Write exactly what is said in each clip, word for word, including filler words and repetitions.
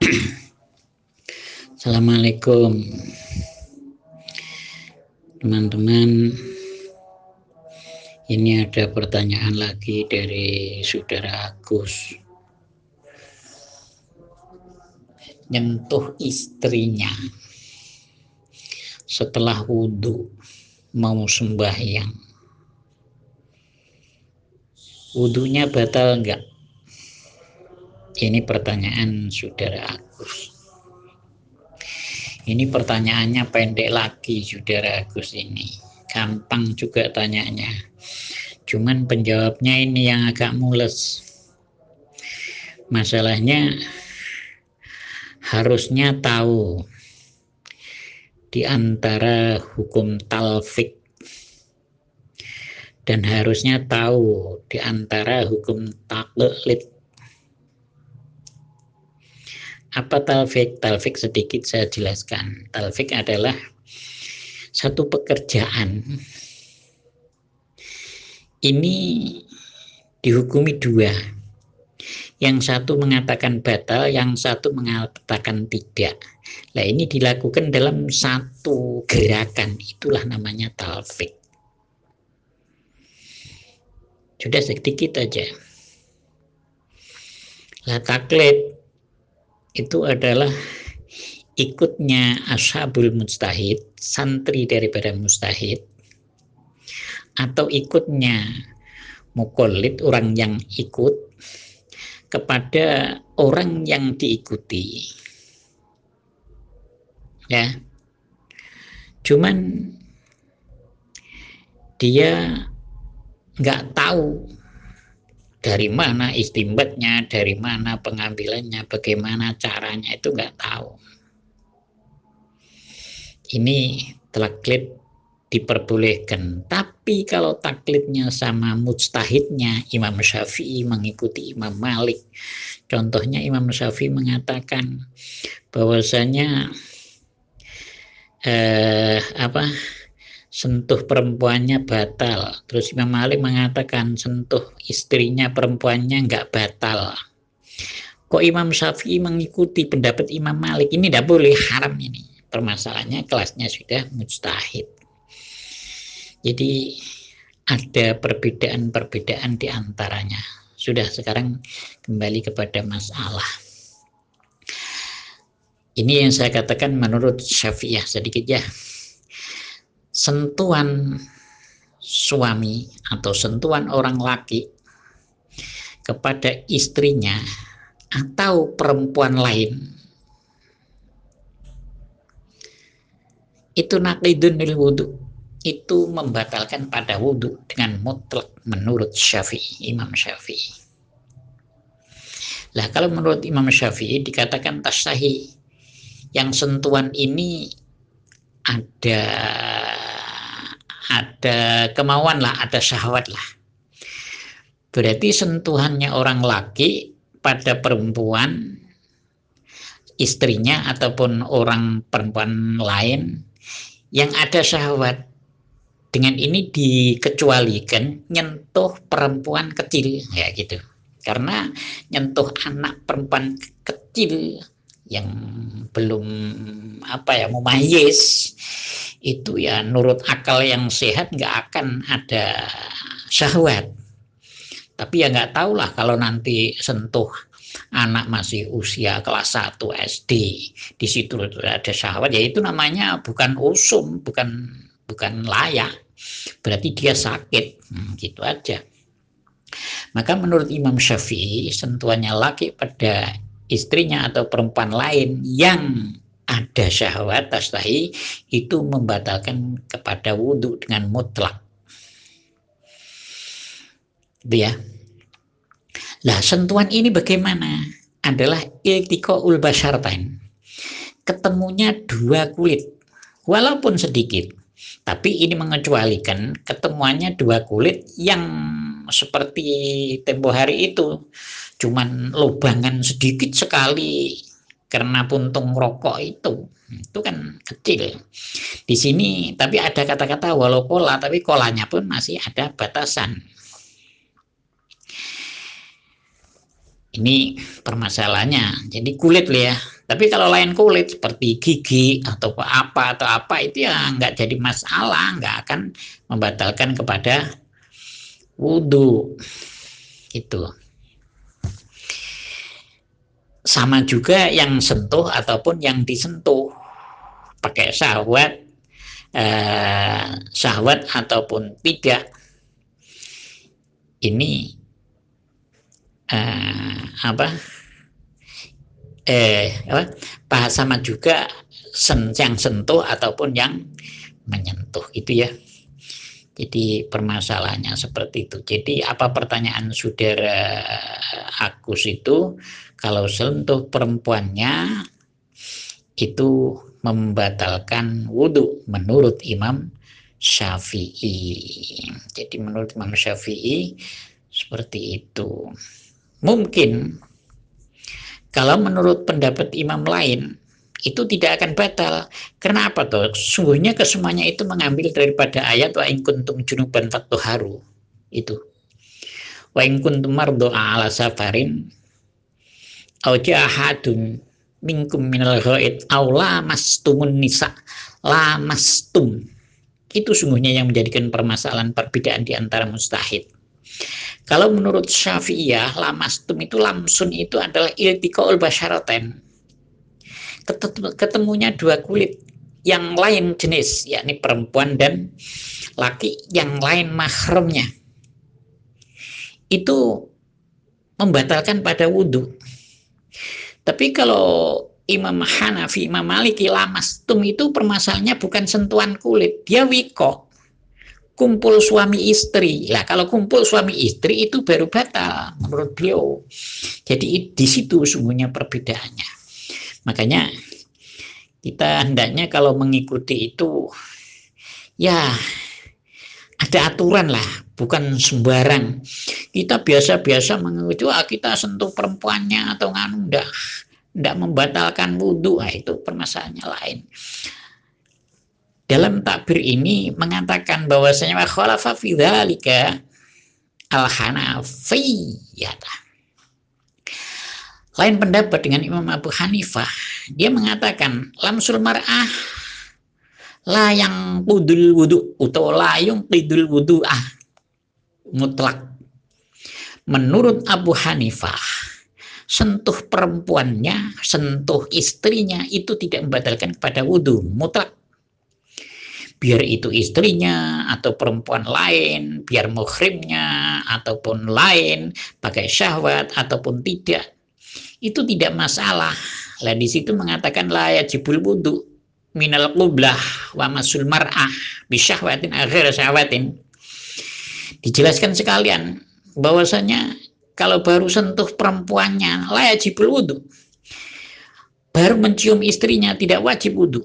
Assalamualaikum teman-teman. Ini ada pertanyaan lagi dari saudara Agus. Nyentuh istrinya setelah wudhu mau sembahyang, wudhunya batal enggak? Ini pertanyaan saudara Agus. Ini pertanyaannya pendek lagi saudara Agus, ini gampang juga tanyanya, cuman penjawabnya ini yang agak mules. Masalahnya harusnya tahu di antara hukum talfik dan harusnya tahu di antara hukum taklid. Apa talfik? Talfik sedikit saya jelaskan. Talfik adalah satu pekerjaan. Ini dihukumi dua. Yang satu mengatakan batal, yang satu mengatakan tidak. Nah, ini dilakukan dalam satu gerakan. Itulah namanya talfik. Sudah sedikit aja. Lah, taklid itu adalah ikutnya ashabul mujtahid, santri daripada mujtahid, atau ikutnya muqallid, orang yang ikut kepada orang yang diikuti. Ya. Cuman dia nggak tahu dari mana istimbatnya, dari mana pengambilannya, bagaimana caranya, itu nggak tahu. Ini taklid diperbolehkan. Tapi kalau taklidnya sama mujtahidnya, Imam Syafi'i mengikuti Imam Malik. Contohnya Imam Syafi'i mengatakan bahwasanya eh, apa? sentuh perempuannya batal. Terus Imam Malik mengatakan sentuh istrinya perempuannya enggak batal. Kok Imam Syafi'i mengikuti pendapat Imam Malik? Ini tidak boleh, haram ini. Permasalahannya kelasnya sudah mujtahid. Jadi ada perbedaan-perbedaan di antaranya. Sudah, sekarang kembali kepada masalah. Ini yang saya katakan menurut Syafi'iyah sedikit ya. Sentuhan suami atau sentuhan orang laki kepada istrinya atau perempuan lain itu naqidun lil wudu, itu membatalkan pada wudu dengan mutlak menurut Syafi'i, Imam Syafi'i. Lah, kalau menurut Imam Syafi'i dikatakan tasahih, yang sentuhan ini ada ada kemauan lah, ada syahwat lah. Berarti sentuhannya orang laki pada perempuan, istrinya ataupun orang perempuan lain yang ada syahwat, dengan ini dikecualikan nyentuh perempuan kecil, ya gitu. Karena nyentuh anak perempuan kecil yang belum apa ya mumayyiz, itu ya nurut akal yang sehat nggak akan ada syahwat. Tapi ya nggak tahu lah kalau nanti sentuh anak masih usia kelas satu S D, di situ ada syahwat, ya itu namanya bukan usum, bukan bukan layak, berarti dia sakit, hmm, gitu aja. Maka menurut Imam Syafi'i, sentuhannya laki pada istrinya atau perempuan lain yang ada syahwat tastahi itu membatalkan kepada wudhu dengan mutlak. Itu ya. Lah, sentuhan ini bagaimana? Adalah iltiqaul basyartain. Ketemunya dua kulit, walaupun sedikit. Tapi ini mengecualikan ketemuannya dua kulit yang seperti tempo hari itu, cuman lubangan sedikit sekali karena puntung rokok itu, itu kan kecil. Di sini tapi ada kata-kata walau kola, tapi kolanya pun masih ada batasan. Ini permasalahannya. Jadi kulit ya, Tapi kalau lain kulit seperti gigi atau apa atau apa itu ya nggak jadi masalah, nggak akan membatalkan kepada wudhu. Gitu. Sama juga yang sentuh ataupun yang disentuh pakai syahwat, eh, syahwat ataupun tidak. Ini eh, apa? Eh, apa? Sama juga sen, yang sentuh ataupun yang menyentuh itu ya. Jadi permasalahannya seperti itu. Jadi apa pertanyaan saudara Agus itu, kalau sentuh perempuannya itu membatalkan wudhu menurut Imam Syafi'i. Jadi menurut Imam Syafi'i seperti itu. Mungkin kalau menurut pendapat imam lain itu tidak akan batal. Karena apa tuh? Sungguhnya kesemuanya itu mengambil daripada ayat wa in kuntum junuban fattoharu. Itu. Wa in kuntum mardu ala safarin au jahadun minkum minal ghaid aw lamastumun nisa lamastum. Itu sungguhnya yang menjadikan permasalahan perbedaan di antara mustahid. Kalau menurut Syafi'iyah, lamastum itu lamsun itu adalah iltiqaul basyaratain. Ketemunya dua kulit yang lain jenis, yakni perempuan dan laki yang lain mahramnya. Itu membatalkan pada wudhu. Tapi kalau Imam Hanafi, Imam Maliki, lamastum itu permasalahannya bukan sentuhan kulit, dia wiko, kumpul suami istri. Lah kalau kumpul suami istri itu baru batal menurut beliau. Jadi di situ sungguhnya perbedaannya. Makanya kita hendaknya kalau mengikuti itu ya ada aturan lah, bukan sembarang. Kita biasa-biasa mengikuti, wah kita sentuh perempuannya atau nganu, enggak, enggak membatalkan wudhu. Nah, itu permasalahannya lain. Dalam takbir ini mengatakan bahwasanya wa khalafa fi dzalika al-Hanafiyyah. Lain pendapat dengan Imam Abu Hanifah, dia mengatakan lamsul mar'ah la yang qudul wudu atau la yung qidul wudu'ah mutlak. Menurut Abu Hanifah, sentuh perempuannya, sentuh istrinya itu tidak membatalkan kepada wudhu mutlak. Biar itu istrinya atau perempuan lain, biar muhrimnya ataupun lain, pakai syahwat ataupun tidak, itu tidak masalah. Lah di situ mengatakan la yajibul wudu minal qublah wa masul mar'ah bisyahwatin akhir syahwatin. Dijelaskan sekalian bahwasanya kalau baru sentuh perempuannya la yajibul wudu, baru mencium istrinya tidak wajib wudu.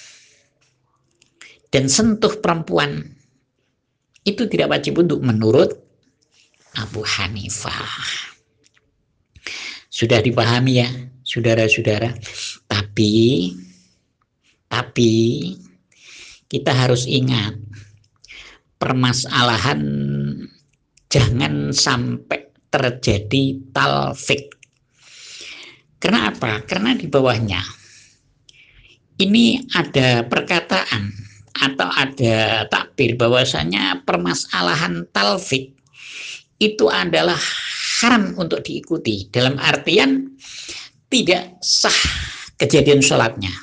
Dan sentuh perempuan itu tidak wajib wudhu menurut Abu Hanifah. Sudah dipahami ya, saudara-saudara. Tapi, tapi kita harus ingat permasalahan jangan sampai terjadi talfik. Karena apa? Karena di bawahnya ini ada perkataan atau ada takbir bahwasanya permasalahan talfik itu adalah haram untuk diikuti, dalam artian tidak sah kejadian sholatnya.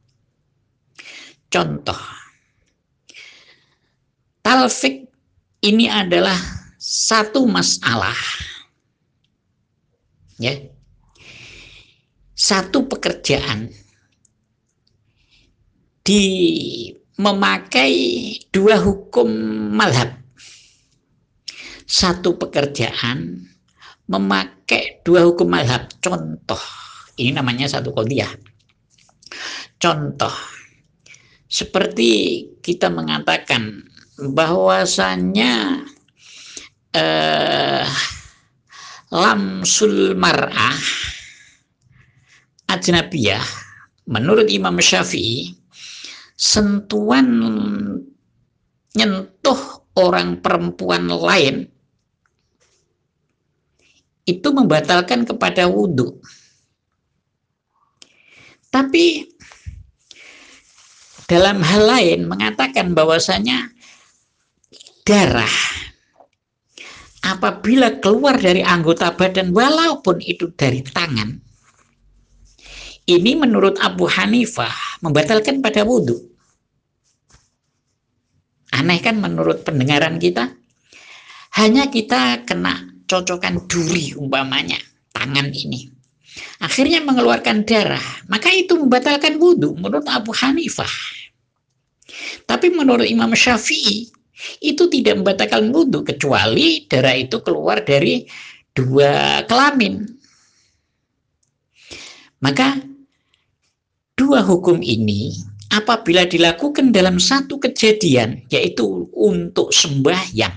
Contoh, talfik ini adalah satu masalah, ya, satu pekerjaan di memakai dua hukum mazhab. Satu pekerjaan memakai dua hukum mazhab. Contoh, ini namanya satu qadhiyah. Contoh, seperti kita mengatakan bahwasannya eh, lamsul mar'ah ajnabiyah menurut Imam Syafi'i, sentuhan nyentuh orang perempuan lain itu membatalkan kepada wudhu. Tapi dalam hal lain mengatakan bahwasanya darah apabila keluar dari anggota badan walaupun itu dari tangan, ini menurut Abu Hanifah membatalkan pada wudhu. Aneh kan menurut pendengaran kita? Hanya kita kena cocokan duri umpamanya tangan ini, akhirnya mengeluarkan darah, maka itu membatalkan wudhu menurut Abu Hanifah. Tapi menurut Imam Syafi'i itu tidak membatalkan wudhu kecuali darah itu keluar dari dua kelamin. Maka dua hukum ini apabila dilakukan dalam satu kejadian, yaitu untuk sembahyang,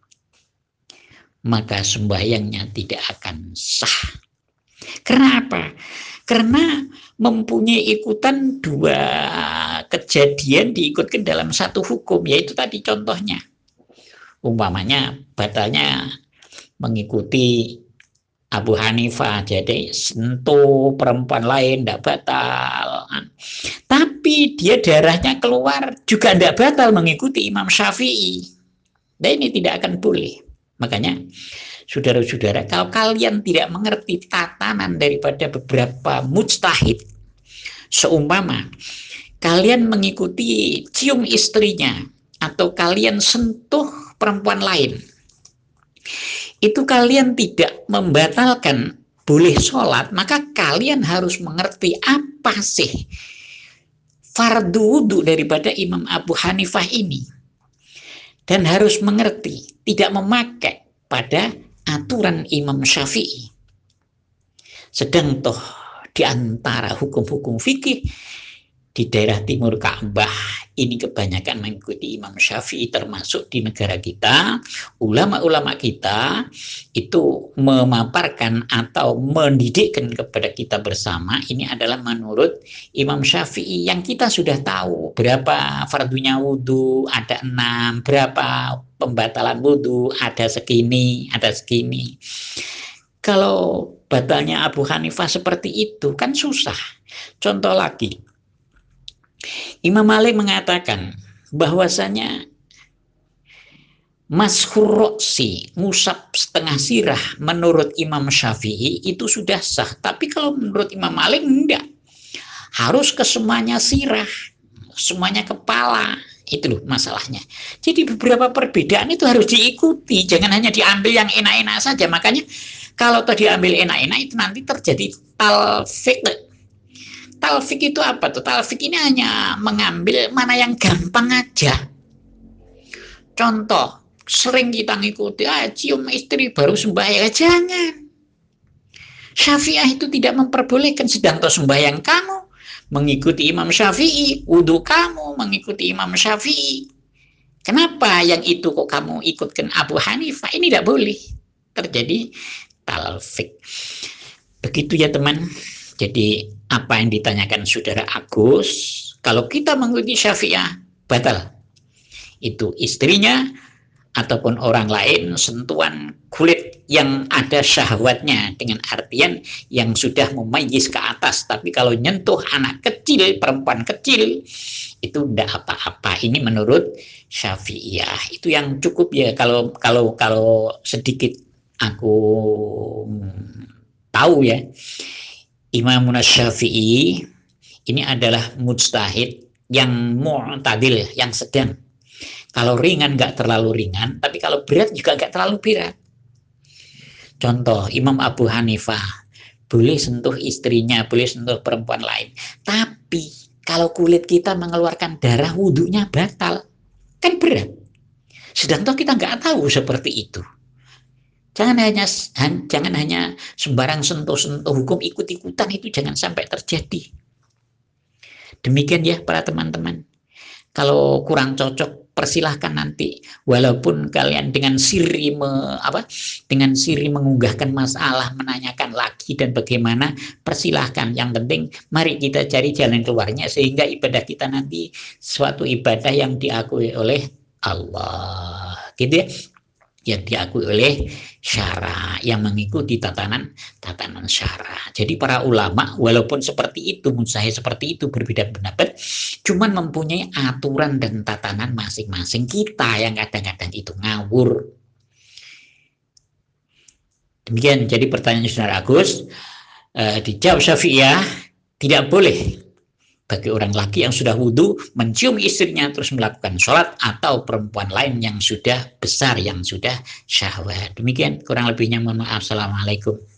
maka sembahyangnya tidak akan sah. Kenapa? Karena mempunyai ikutan dua kejadian diikutkan dalam satu hukum, yaitu tadi contohnya. Umpamanya batalnya mengikuti Abu Hanifah, jadi sentuh perempuan lain tidak batal. Tapi dia darahnya keluar juga tidak batal mengikuti Imam Syafi'i. Dan ini tidak akan boleh. Makanya saudara-saudara, kalau kalian tidak mengerti tatanan daripada beberapa mujtahid, seumpama kalian mengikuti cium istrinya atau kalian sentuh perempuan lain, itu kalian tidak membatalkan boleh sholat, maka kalian harus mengerti apa sih fardu wudhu daripada Imam Abu Hanifah ini, dan harus mengerti tidak memakai pada aturan Imam Syafi'i. Sedang toh di antara hukum-hukum fikih di daerah timur Ka'bah ini kebanyakan mengikuti Imam Syafi'i, termasuk di negara kita. Ulama-ulama kita itu memaparkan atau mendidikkan kepada kita bersama ini adalah menurut Imam Syafi'i, yang kita sudah tahu berapa fardunya wudhu, ada enam, berapa pembatalan wudhu, ada segini, ada segini. Kalau batalnya Abu Hanifah seperti itu kan susah. Contoh lagi, Imam Malik mengatakan bahwasanya mashur roksi, ngusap setengah sirah, menurut Imam Syafi'i itu sudah sah. Tapi kalau menurut Imam Malik enggak, harus ke semuanya sirah, semuanya kepala. Itu loh masalahnya. Jadi beberapa perbedaan itu harus diikuti, jangan hanya diambil yang enak-enak saja. Makanya kalau tadi ambil enak-enak itu nanti terjadi talfik. Talfik itu apa tuh? Talfik ini hanya mengambil mana yang gampang aja. Contoh, sering kita ngikuti, ah, cium istri baru sembahyang. Jangan. Syafi'ah itu tidak memperbolehkan, sedang toh sembahyang kamu mengikuti Imam Syafi'i, wudhu kamu mengikuti Imam Syafi'i. Kenapa yang itu kok kamu ikutkan Abu Hanifah? Ini tidak boleh terjadi talfik. Begitu ya teman. Jadi apa yang ditanyakan saudara Agus, kalau kita mengikuti Syafi'ah batal. Itu istrinya ataupun orang lain sentuhan kulit yang ada syahwatnya, dengan artian yang sudah memayis ke atas. Tapi kalau nyentuh anak kecil, perempuan kecil, itu tidak apa-apa. Ini menurut Syafi'iyah. Itu yang cukup ya, kalau kalau kalau sedikit aku tahu ya. Imam Syafi'i ini adalah mujtahid yang mu'tadil, yang sedang. Kalau ringan nggak terlalu ringan, tapi kalau berat juga nggak terlalu berat. Contoh, Imam Abu Hanifah boleh sentuh istrinya, boleh sentuh perempuan lain. Tapi kalau kulit kita mengeluarkan darah, wudhunya batal. Kan berat. Sedang toh kita nggak tahu seperti itu. Jangan hanya jangan hanya sembarang sentuh-sentuh hukum, ikut-ikutan, itu jangan sampai terjadi. Demikian ya para teman-teman. Kalau kurang cocok, persilahkan nanti, walaupun kalian dengan siri me, apa dengan siri mengunggahkan masalah, menanyakan lagi dan bagaimana, persilahkan. Yang penting mari kita cari jalan keluarnya sehingga ibadah kita nanti suatu ibadah yang diakui oleh Allah, gitu ya. yang diakui oleh syara, yang mengikuti tatanan tatanan syara. Jadi para ulama walaupun seperti itu, menurut saya seperti itu, berbeda pendapat, cuman mempunyai aturan dan tatanan masing-masing. Kita yang kadang-kadang itu ngawur. Demikian. Jadi pertanyaan Saudara Agus, eh, dijawab Syafi'iyah, tidak boleh bagi orang laki yang sudah wudhu mencium istrinya terus melakukan sholat, atau perempuan lain yang sudah besar, yang sudah syahwat. Demikian kurang lebihnya, mohon maaf. Assalamualaikum.